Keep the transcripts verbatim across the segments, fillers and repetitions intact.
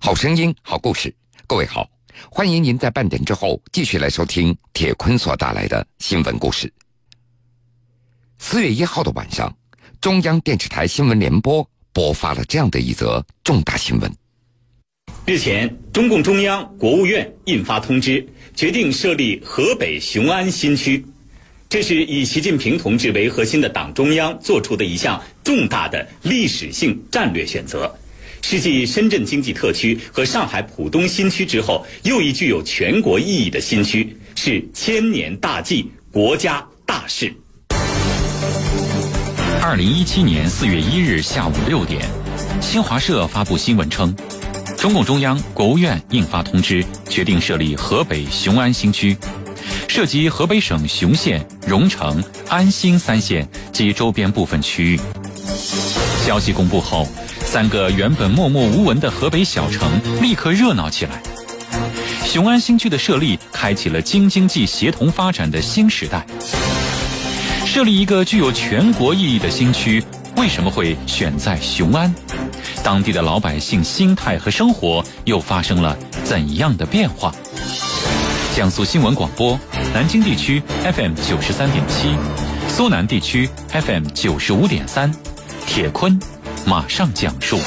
好声音，好故事。各位好，欢迎您在半点之后继续来收听铁坤所带来的新闻故事。四月一号的晚上，中央电视台新闻联播播发了这样的一则重大新闻。 日前，中共中央、国务院印发通知，决定设立河北雄安新区。这是以习近平同志为核心的党中央做出的一项重大的历史性战略选择，是继深圳经济特区和上海浦东新区之后，又一具有全国意义的新区，是千年大计，国家大事。 二零一七年四月一日下午六点，新华社发布新闻称，中共中央、国务院印发通知，决定设立河北雄安新区，涉及河北省雄县、荣成、安新三县及周边部分区域。消息公布后，三个原本默默无闻的河北小城立刻热闹起来。雄安新区的设立，开启了京津冀协同发展的新时代。设立一个具有全国意义的新区，为什么会选在雄安？当地的老百姓心态和生活又发生了怎样的变化？江苏新闻广播，南京地区 F M 九十三点七，苏南地区 F M 九十五点三，铁坤马上讲述。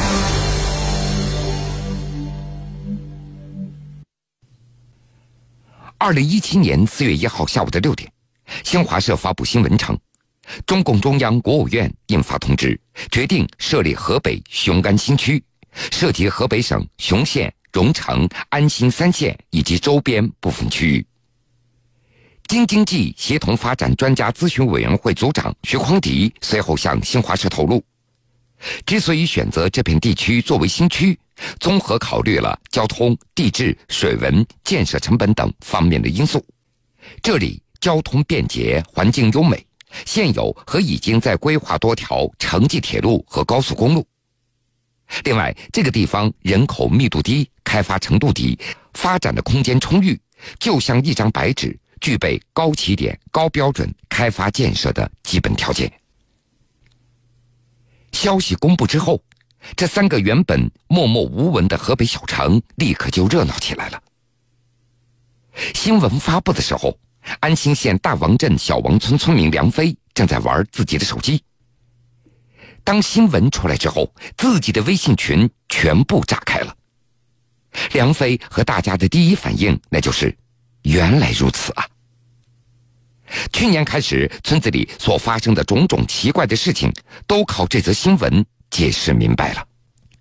二零一七年四月一号下午的六点，新华社发布新闻称，中共中央、国务院印发通知，决定设立河北雄安新区，涉及河北省雄县、荣成、安新三县以及周边部分区域。京津冀协同发展专家咨询委员会组长徐匡迪随后向新华社透露，之所以选择这片地区作为新区，综合考虑了交通、地质、水文、建设成本等方面的因素。这里交通便捷，环境优美，现有和已经在规划多条城际铁路和高速公路。另外，这个地方人口密度低，开发程度低，发展的空间充裕，就像一张白纸，具备高起点、高标准开发建设的基本条件。消息公布之后，这三个原本默默无闻的河北小城立刻就热闹起来了。新闻发布的时候，安新县大王镇小王村村民梁飞正在玩自己的手机。当新闻出来之后，自己的微信群全部炸开了。梁飞和大家的第一反应那就是原来如此啊。去年开始，村子里所发生的种种奇怪的事情都靠这则新闻解释明白了。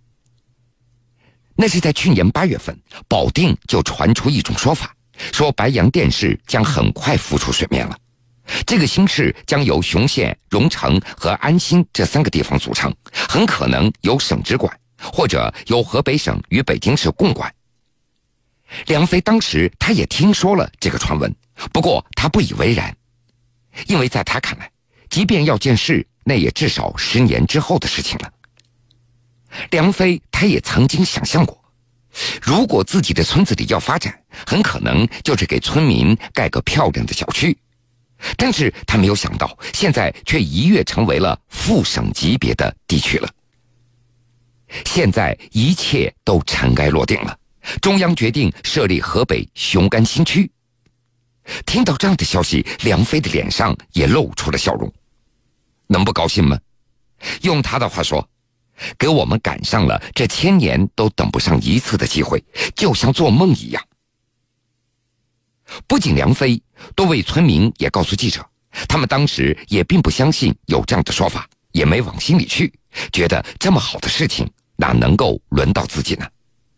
那是在去年八月份，保定就传出一种说法，说白洋淀市将很快浮出水面了。这个新市将由雄县、荣成和安新这三个地方组成，很可能由省直管，或者由河北省与北京市共管。梁飞当时他也听说了这个传闻，不过他不以为然，因为在他看来，即便要建市，那也至少十年之后的事情了。梁飞他也曾经想象过，如果自己的村子里要发展，很可能就是给村民盖个漂亮的小区。但是他没有想到，现在却一跃成为了副省级别的地区了。现在一切都尘埃落定了，中央决定设立河北雄安新区。听到这样的消息，梁飞的脸上也露出了笑容。能不高兴吗？用他的话说，给我们赶上了这千年都等不上一次的机会，就像做梦一样。不仅梁飞，多位村民也告诉记者，他们当时也并不相信有这样的说法，也没往心里去，觉得这么好的事情哪能够轮到自己呢？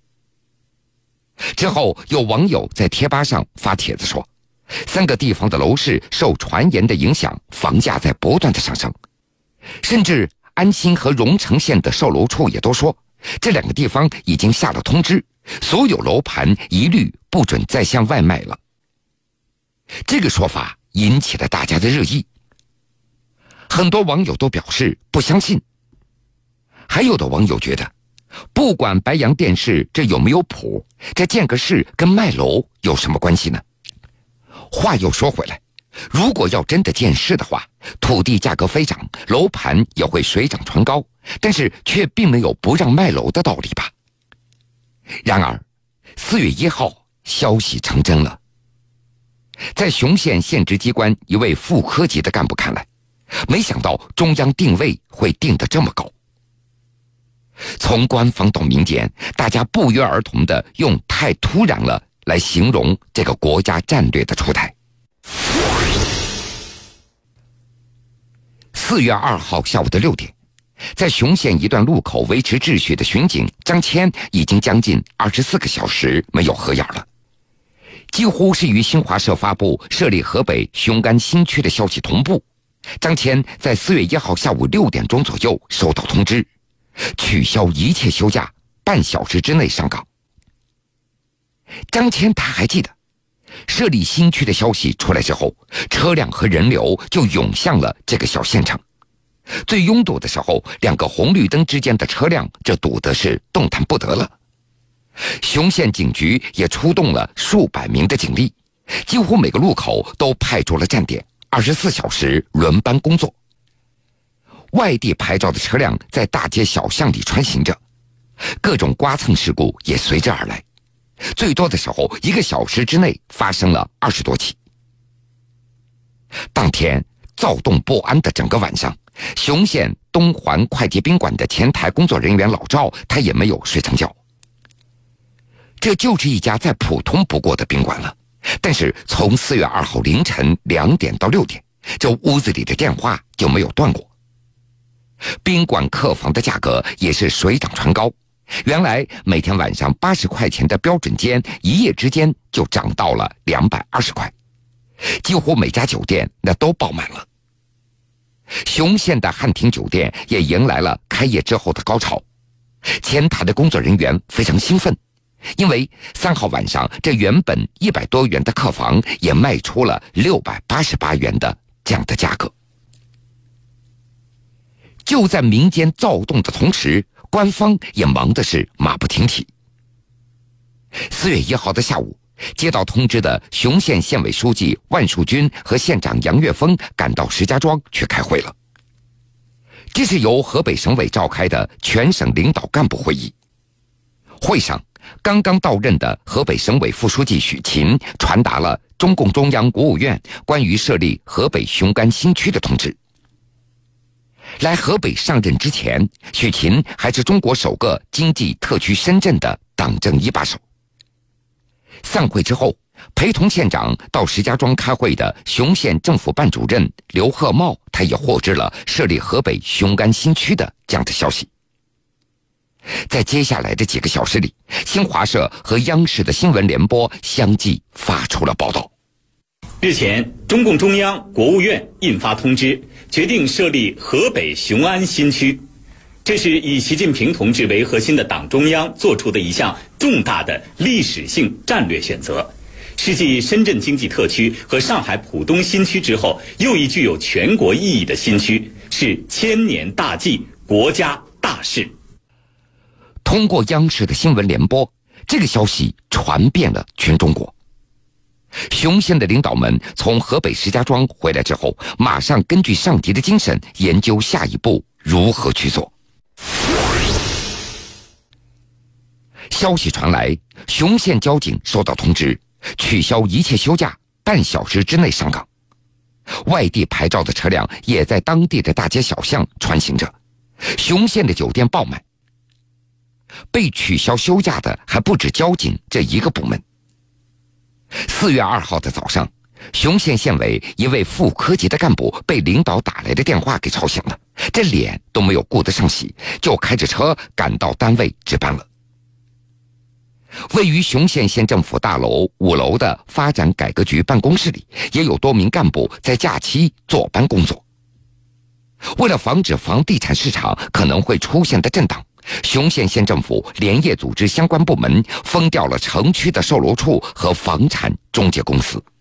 之后有网友在贴吧上发帖子说，三个地方的楼市受传言的影响，房价在不断的上升，甚至安新和荣成县的售楼处也都说，这两个地方已经下了通知，所有楼盘一律不准再向外卖了。这个说法引起了大家的热议，很多网友都表示不相信，还有的网友觉得，不管白洋淀市这有没有谱，这建个市跟卖楼有什么关系呢？话又说回来，如果要真的建市的话，土地价格飞涨，楼盘也会水涨船高，但是却并没有不让卖楼的道理吧。 然而，四月一号，消息成真了。在雄县县直机关一位副科级的干部看来，没想到中央定位会定得这么高。从官方到民间，大家不约而同地用“太突然了”来形容这个国家战略的出台。四月二号下午的六点，在雄县一段路口维持秩序的巡警张谦已经将近二十四个小时没有合眼了，几乎是与新华社发布设立河北雄安新区的消息同步。张谦在四月一号下午六点钟左右收到通知，取消一切休假，半小时之内上岗。张谦他还记得，设立新区的消息出来之后，车辆和人流就涌向了这个小县城。最拥堵的时候，两个红绿灯之间的车辆这堵得是动弹不得了。雄县警局也出动了数百名的警力，几乎每个路口都派出了站点，二十四小时轮班工作。外地牌照的车辆在大街小巷里穿行着，各种刮蹭事故也随之而来。最多的时候，一个小时之内发生了二十多起。当天躁动不安的整个晚上，雄县东环快捷宾馆的前台工作人员老赵，他也没有睡成觉。这就是一家再普通不过的宾馆了，但是从四月二号凌晨两点到六点，这屋子里的电话就没有断过。宾馆客房的价格也是水涨船高，原来每天晚上八十块钱的标准间，一夜之间就涨到了两百二十块，几乎每家酒店那都爆满了。雄县的汉庭酒店也迎来了开业之后的高潮，前台的工作人员非常兴奋，因为三号晚上这原本一百多元的客房也卖出了六百八十八元的这样的价格。就在民间躁动的同时，官方也忙的是马不停蹄。四月一号的下午，接到通知的雄县县委书记万树军和县长杨岳峰赶到石家庄去开会了。这是由河北省委召开的全省领导干部会议。会上，刚刚到任的河北省委副书记许勤传达了中共中央国务院关于设立河北雄安新区的通知。来河北上任之前，许勤还是中国首个经济特区深圳的党政一把手。散会之后，陪同县长到石家庄开会的雄县政府办主任刘鹤茂，他也获知了设立河北雄安新区的这样的消息。在接下来的几个小时里，新华社和央视的新闻联播相继发出了报道。 日前，中共中央、国务院印发通知，决定设立河北雄安新区。这是以习近平同志为核心的党中央做出的一项重大的历史性战略选择，是继深圳经济特区和上海浦东新区之后，又一具有全国意义的新区，是千年大计，国家大事。 通过央视的新闻联播，这个消息传遍了全中国。雄县的领导们从河北石家庄回来之后，马上根据上级的精神研究下一步如何去做。消息传来，雄县交警收到通知，取消一切休假，半小时之内上岗。外地牌照的车辆也在当地的大街小巷穿行着，雄县的酒店爆满。被取消休假的还不止交警这一个部门。四月二号的早上，雄县县委一位副科级的干部被领导打来的电话给吵醒了，这脸都没有顾得上洗，就开着车赶到单位值班了。位于雄县县政府大楼五楼的发展改革局办公室里，也有多名干部在假期坐班工作。为了防止房地产市场可能会出现的震荡，雄县县政府连夜组织相关部门封掉了城区的售楼处和房产中介公司。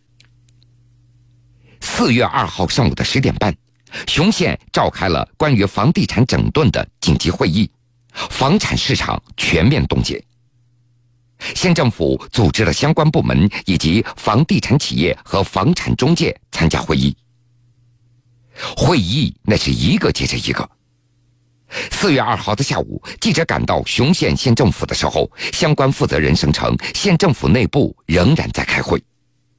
四月二号上午的十点半，雄县召开了关于房地产整顿的紧急会议，房产市场全面冻结。县政府组织了相关部门以及房地产企业和房产中介参加会议。会议那是一个接着一个。 四月二号的下午，记者赶到雄县县政府的时候，相关负责人声称，县政府内部仍然在开会。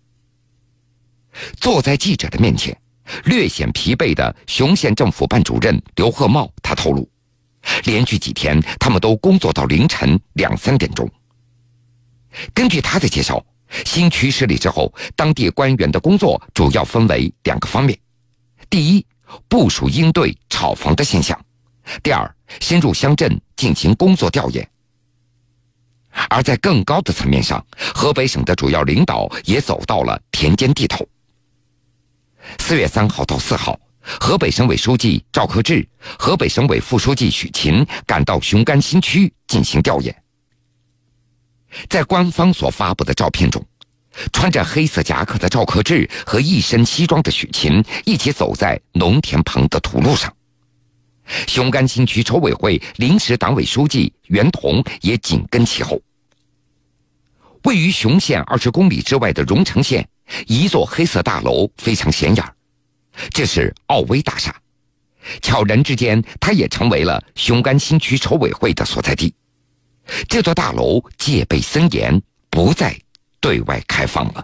坐在记者的面前，略显疲惫的雄县政府办主任刘鹤茂他透露，连续几天他们都工作到凌晨两三点钟。根据他的介绍，新区设立之后，当地官员的工作主要分为两个方面：第一，部署应对炒房的现象；第二，深入乡镇进行工作调研。而在更高的层面上，河北省的主要领导也走到了田间地头。四月三号到四号，河北省委书记赵克志、河北省委副书记许勤赶到雄安新区进行调研。在官方所发布的照片中，穿着黑色夹克的赵克志和一身西装的许勤一起走在农田旁的土路上。雄安新区筹委会临时党委书记袁彤也紧跟其后。位于雄县二十公里之外的荣城县，一座黑色大楼非常显眼，这是奥威大厦。悄然之间，它也成为了雄安新区筹委会的所在地。这座大楼戒备森严，不再对外开放了。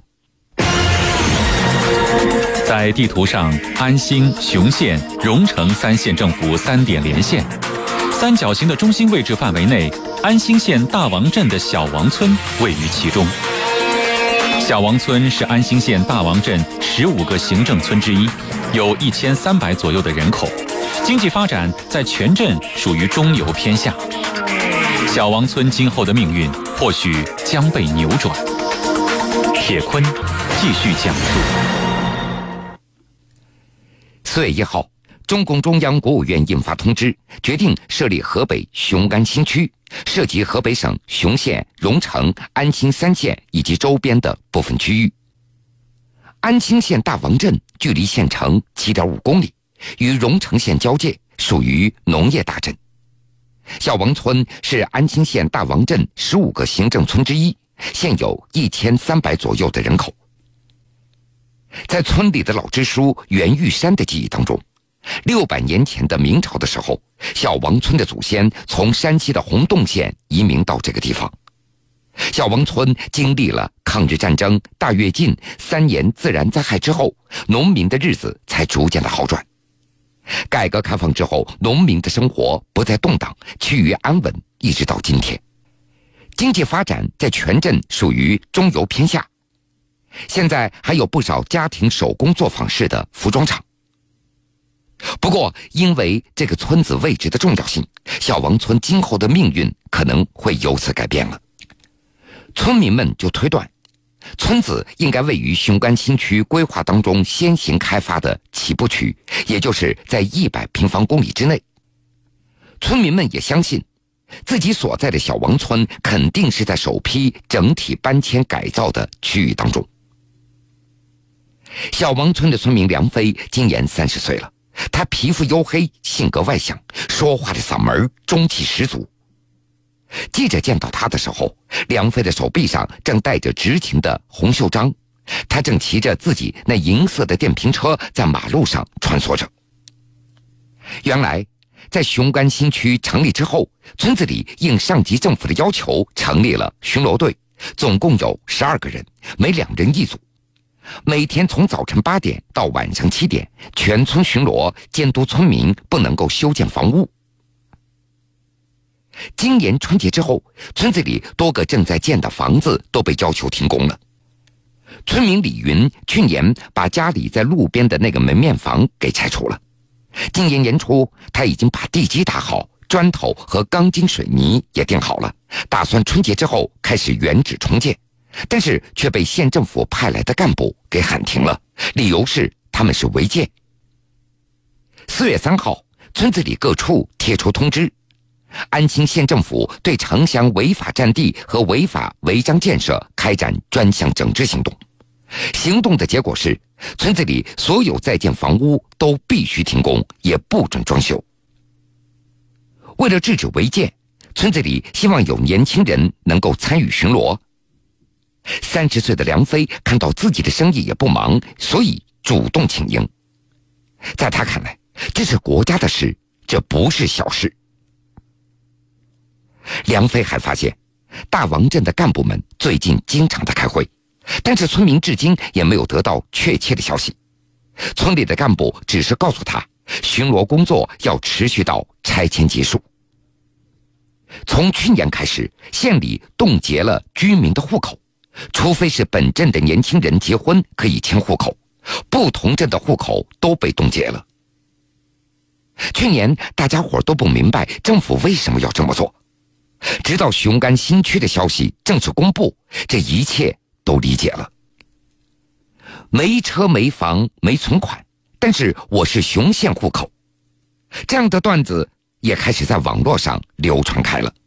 在地图上，安兴、雄县、荣城三县政府三点连线，三角形的中心位置范围内，安兴县大王镇的小王村位于其中。小王村是安兴县大王镇十五个行政村之一，有一千三百左右的人口，经济发展在全镇属于中游偏下。小王村今后的命运或许将被扭转。铁坤继续讲述。 四月一号，中共中央、国务院印发通知，决定设立河北雄安新区，涉及河北省雄县、荣城、安兴三县以及周边的部分区域。安兴县大王镇距离县城 七点五公里，与荣城县交界，属于农业大镇。小王村是安兴县大王镇十五个行政村之一，现有一千三百左右的人口。在村里的老支书袁玉山的记忆当中，六百年前的明朝的时候，小王村的祖先从山西的洪洞县移民到这个地方。小王村经历了抗日战争、大跃进三年自然灾害之后，农民的日子才逐渐的好转。改革开放之后，农民的生活不再动荡，趋于安稳，一直到今天。经济发展在全镇属于中游偏下，现在还有不少家庭手工作坊式的服装厂。不过因为这个村子位置的重要性，小王村今后的命运可能会由此改变了。村民们就推断，村子应该位于雄安新区规划当中先行开发的起步区，也就是在一百平方公里之内。村民们也相信，自己所在的小王村肯定是在首批整体搬迁改造的区域当中。小王村的村民梁飞今年三十岁了，他皮肤黝黑，性格外向，说话的嗓门中气十足。记者见到他的时候，梁飞的手臂上正戴着执勤的红袖章，他正骑着自己那银色的电瓶车在马路上穿梭着。原来在雄安新区成立之后，村子里应上级政府的要求成立了巡逻队，总共有十二个人，每两人一组，每天从早晨八点到晚上七点，全村巡逻，监督村民不能够修建房屋。今年春节之后，村子里多个正在建的房子都被要求停工了。村民李云去年把家里在路边的那个门面房给拆除了，今年年初他已经把地基打好，砖头和钢筋水泥也钉好了，打算春节之后开始原址重建，但是却被县政府派来的干部给喊停了，理由是他们是违建。四月三号，村子里各处贴出通知，安兴县政府对城乡违法占地和违法违章建设开展专项整治行动。行动的结果是，村子里所有在建房屋都必须停工，也不准装修。为了制止违建，村子里希望有年轻人能够参与巡逻。三十岁的梁飞看到自己的生意也不忙，所以主动请缨。在他看来，这是国家的事， 这不是小事。梁飞还发现，大王镇的干部们最近经常的开会，但是村民至今也没有得到确切的消息。村里的干部只是告诉他，巡逻工作要持续到拆迁结束。从去年开始，县里冻结了居民的户口，除非是本镇的年轻人结婚可以迁户口，不同镇的户口都被冻结了。去年大家伙都不明白政府为什么要这么做，直到雄安新区的消息正式公布，这一切都理解了。没车没房没存款，但是我是雄县户口，这样的段子也开始在网络上流传开了。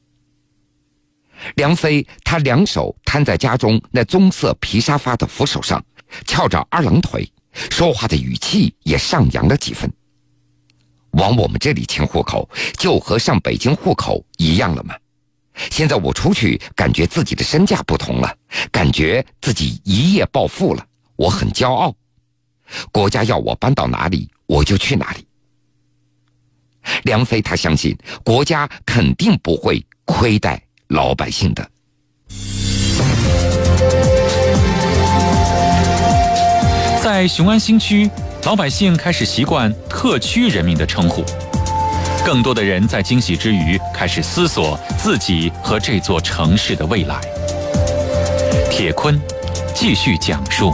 梁飞他两手摊在家中那棕色皮沙发的扶手上，翘着二郎腿，说话的语气也上扬了几分。往我们这里迁户口就和上北京户口一样了吗？现在我出去感觉自己的身价不同了，感觉自己一夜暴富了，我很骄傲。国家要我搬到哪里我就去哪里。梁飞他相信国家肯定不会亏待老百姓的。 在雄安新区，老百姓开始习惯特区人民的称呼，更多的人在惊喜之余开始思索自己和这座城市的未来。铁坤继续讲述。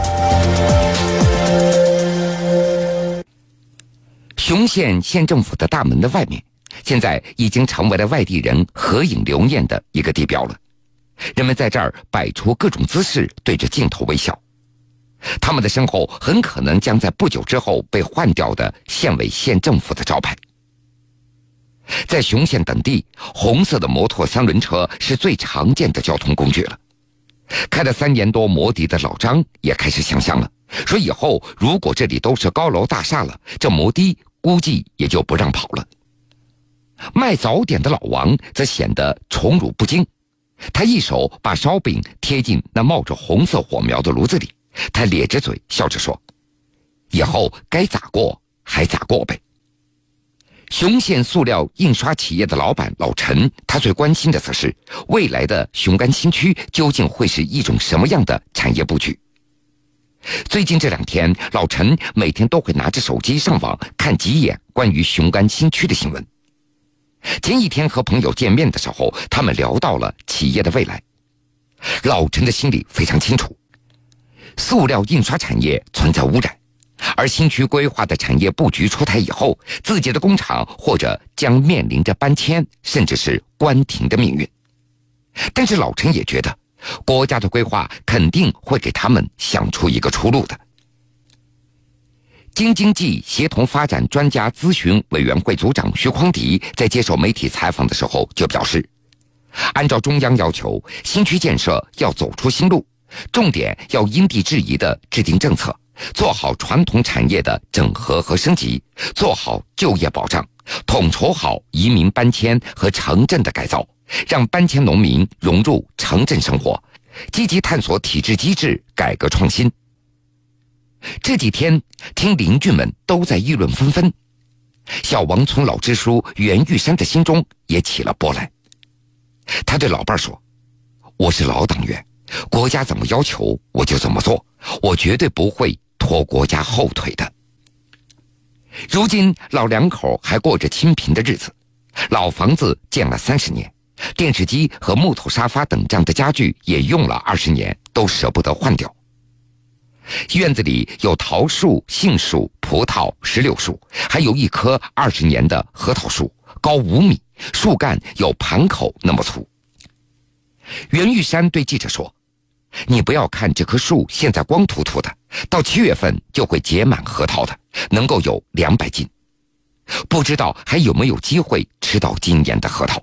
雄县县政府的大门的外面，现在已经成为了外地人合影留念的一个地标了。人们在这儿摆出各种姿势，对着镜头微笑。他们的身后很可能将在不久之后被换掉的县委县政府的招牌。在雄县等地，红色的摩托三轮车是最常见的交通工具了。开了三年多摩的的老张也开始想象了，说以后如果这里都是高楼大厦了，这摩的估计也就不让跑了。卖早点的老王则显得宠辱不惊，他一手把烧饼贴进那冒着红色火苗的炉子里，他咧着嘴笑着说，以后该咋过还咋过呗。雄县塑料印刷企业的老板老陈，他最关心的则是未来的雄安新区究竟会是一种什么样的产业布局。最近这两天，老陈每天都会拿着手机上网看几眼关于雄安新区的新闻。前一天和朋友见面的时候，他们聊到了企业的未来。老陈的心里非常清楚，塑料印刷产业存在污染，而新区规划的产业布局出台以后，自己的工厂或者将面临着搬迁甚至是关停的命运。但是老陈也觉得国家的规划肯定会给他们想出一个出路的。京津冀协同发展专家咨询委员会组长徐匡迪在接受媒体采访的时候就表示，按照中央要求，新区建设要走出新路，重点要因地制宜地制定政策，做好传统产业的整合和升级，做好就业保障，统筹好移民搬迁和城镇的改造，让搬迁农民融入城镇生活，积极探索体制机制改革创新。这几天听邻居们都在议论纷纷，小王村老支书袁玉山的心中也起了波澜。他对老伴说，我是老党员，国家怎么要求我就怎么做，我绝对不会拖国家后腿的。如今老两口还过着清贫的日子，老房子建了三十年，电视机和木头沙发等这样的家具也用了二十年，都舍不得换掉。院子里有桃树、杏树、葡萄、石榴树，还有一棵二十年的核桃树，高五米，树干有盘口那么粗。袁玉山对记者说，你不要看这棵树现在光秃秃的，到七月份就会结满核桃的，能够有两百斤，不知道还有没有机会吃到今年的核桃。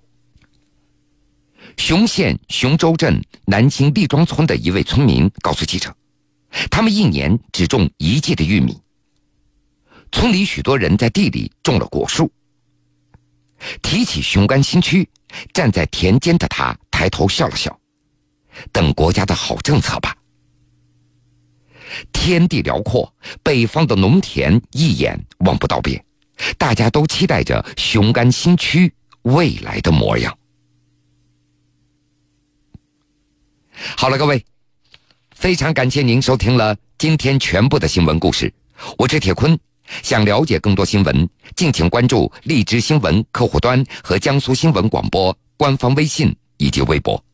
雄县雄州镇南京立庄村的一位村民告诉记者，他们一年只种一季的玉米。村里许多人在地里种了果树。提起雄安新区，站在田间的他抬头笑了笑，等国家的好政策吧。天地辽阔，北方的农田一眼望不到边， 大家都期待着雄安新区未来的模样。好了，各位，非常感谢您收听了今天全部的新闻故事，我是铁坤。想了解更多新闻，敬请关注荔枝新闻客户端和江苏新闻广播官方微信以及微博。